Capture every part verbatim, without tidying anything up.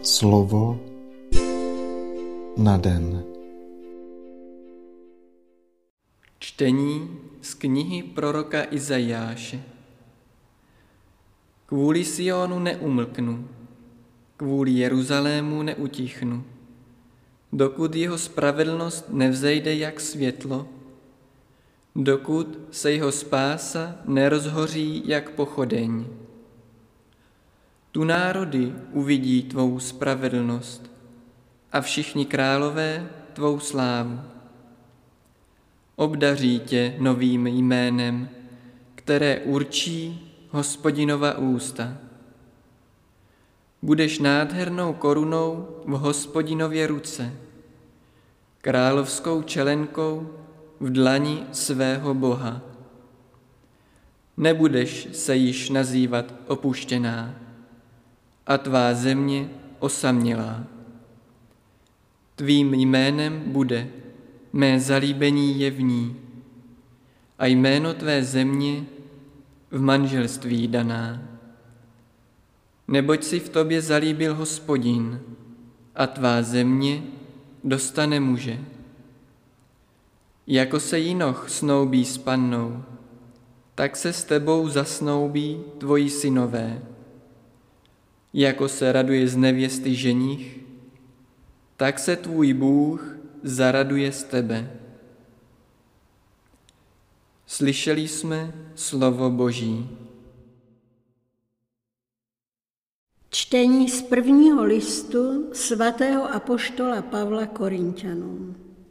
Slovo na den. Čtení z knihy proroka Izajáše. Kvůli Sionu neumlknu, kvůli Jeruzalému neutichnu, dokud jeho spravedlnost nevzejde jak světlo, dokud se jeho spása nerozhoří jak pochodeň. Tu národy uvidí tvou spravedlnost a všichni králové tvou slávu. Obdaří tě novým jménem, které určí Hospodinova ústa. Budeš nádhernou korunou v Hospodinově ruce, královskou čelenkou v dlani svého Boha. Nebudeš se již nazývat opuštěná a tvá země osamělá. Tvým jménem bude mé zalíbení je v ní a jméno tvé země v manželství daná. Neboť si v tobě zalíbil Hospodin a tvá země dostane muže. Jako se jinoch snoubí s pannou, tak se s tebou zasnoubí tvoji synové. Jako se raduje z nevěsty ženich, tak se tvůj Bůh zaraduje z tebe. Slyšeli jsme slovo Boží. Čtení z prvního listu svatého apoštola Pavla Korinťanům.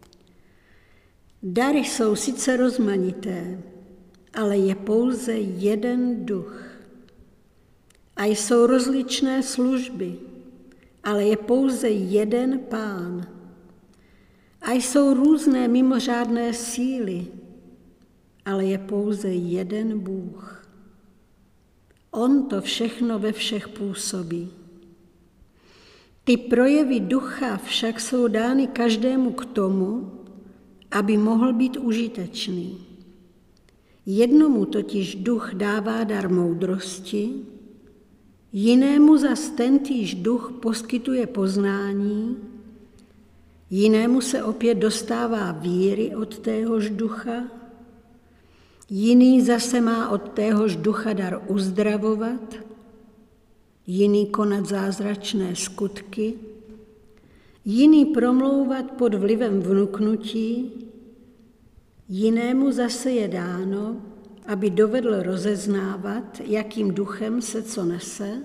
Dary jsou sice rozmanité, ale je pouze jeden duch. A jsou rozličné služby, ale je pouze jeden Pán. A jsou různé mimořádné síly, ale je pouze jeden Bůh. On to všechno ve všech působí. Ty projevy ducha však jsou dány každému k tomu, aby mohl být užitečný. Jednomu totiž duch dává dar moudrosti, jinému zas tentýž duch poskytuje poznání, jinému se opět dostává víry od téhož ducha, jiný zase má od téhož ducha dar uzdravovat, jiný konat zázračné skutky, jiný promlouvat pod vlivem vnuknutí, jinému zase je dáno, aby dovedl rozeznávat, jakým duchem se co nese,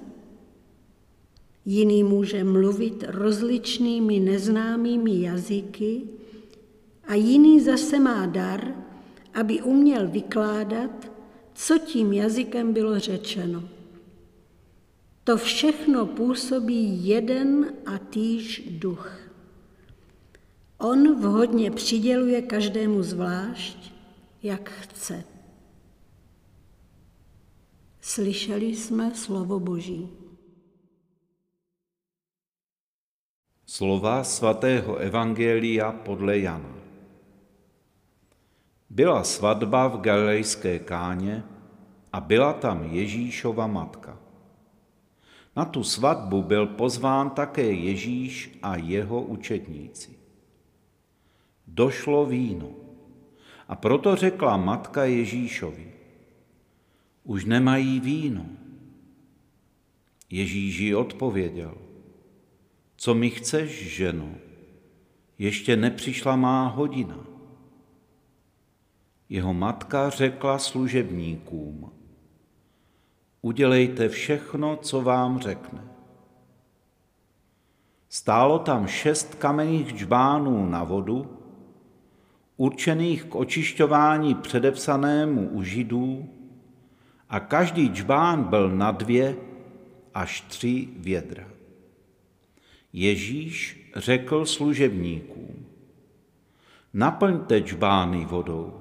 jiný může mluvit rozličnými neznámými jazyky a jiný zase má dar, aby uměl vykládat, co tím jazykem bylo řečeno. To všechno působí jeden a týž duch. On vhodně přiděluje každému zvlášť, jak chce. Slyšeli jsme slovo Boží. Slova svatého evangelia podle Jana. Byla svatba v galilejské Káně a byla tam Ježíšova matka. Na tu svatbu byl pozván také Ježíš a jeho učedníci. Došlo víno a proto řekla matka Ježíšovi: už nemají víno. Ježíš jí odpověděl: co mi chceš, ženo? Ještě nepřišla má hodina. Jeho matka řekla služebníkům: udělejte všechno, co vám řekne. Stálo tam šest kamenných džbánů na vodu, určených k očišťování předepsanému u Židů, a každý džbán byl na dvě až tři vědra. Ježíš řekl služebníkům: naplňte džbány vodou.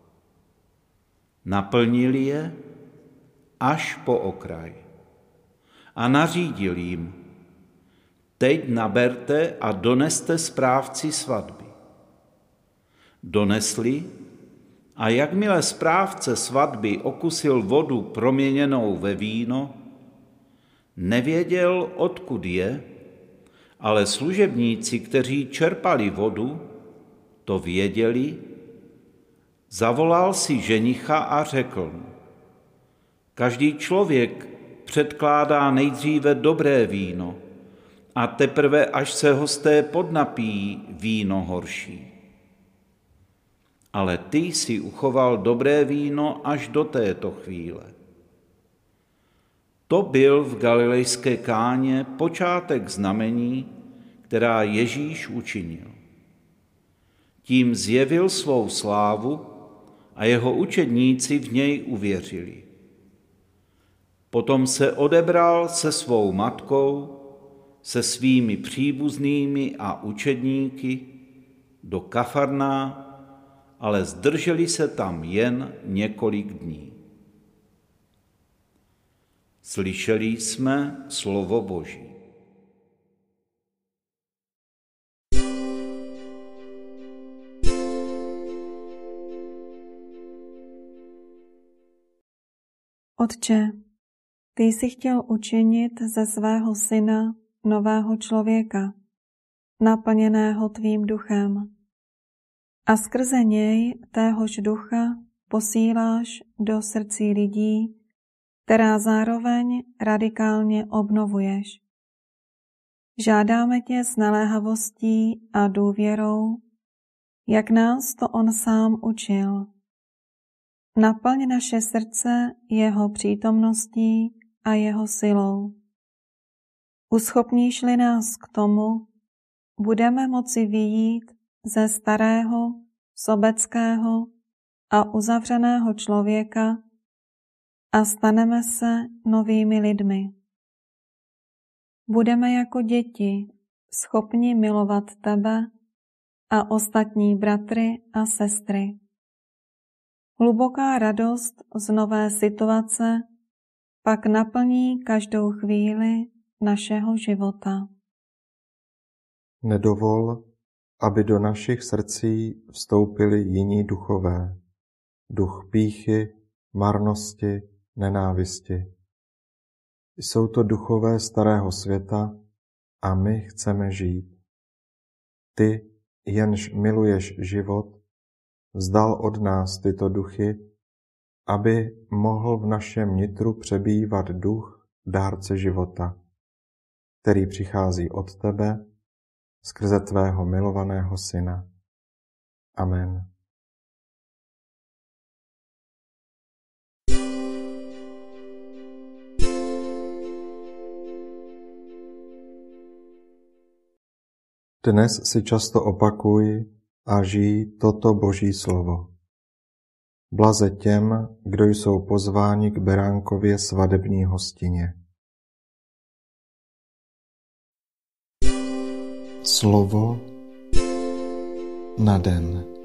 Naplnili je až po okraj a nařídil jim: teď naberte a doneste správci svatby. Donesli, a jakmile správce svatby okusil vodu proměněnou ve víno, nevěděl, odkud je, Ale služebníci, kteří čerpali vodu, to věděli, zavolal si ženicha a řekl mu: každý člověk předkládá nejdříve dobré víno a teprve, až se hosté podnapíjí, víno horší. Ale ty jsi uchoval dobré víno až do této chvíle. To byl v galilejské Káně počátek znamení, která Ježíš učinil. Tím zjevil svou slávu a jeho učedníci v něj uvěřili. Potom se odebral se svou matkou, se svými příbuznými a učedníky do Kafarná, ale zdrželi se tam jen několik dní. Slyšeli jsme slovo Boží. Otče, ty jsi chtěl učinit ze svého syna nového člověka, naplněného tvým duchem. A skrze něj téhož ducha posíláš do srdcí lidí, která zároveň radikálně obnovuješ. Žádáme tě s naléhavostí a důvěrou, jak nás to on sám učil. Naplň naše srdce jeho přítomností a jeho silou. Uschopníš-li nás k tomu, budeme moci vyjít ze starého, sobeckého a uzavřeného člověka a staneme se novými lidmi. Budeme jako děti schopni milovat tebe a ostatní bratry a sestry. Hluboká radost z nové situace pak naplní každou chvíli našeho života. Nedovol, aby do našich srdcí vstoupili jiní duchové, duch pýchy, marnosti, nenávisti. Jsou to duchové starého světa a my chceme žít. Ty, jenž miluješ život, vzdal od nás tyto duchy, aby mohl v našem nitru přebývat duch dárce života, který přichází od tebe skrze tvého milovaného syna. Amen. Dnes si často opakuj a žij toto Boží slovo. Blaze těm, kdo jsou pozváni k beránkově svadební hostině. Slovo na den.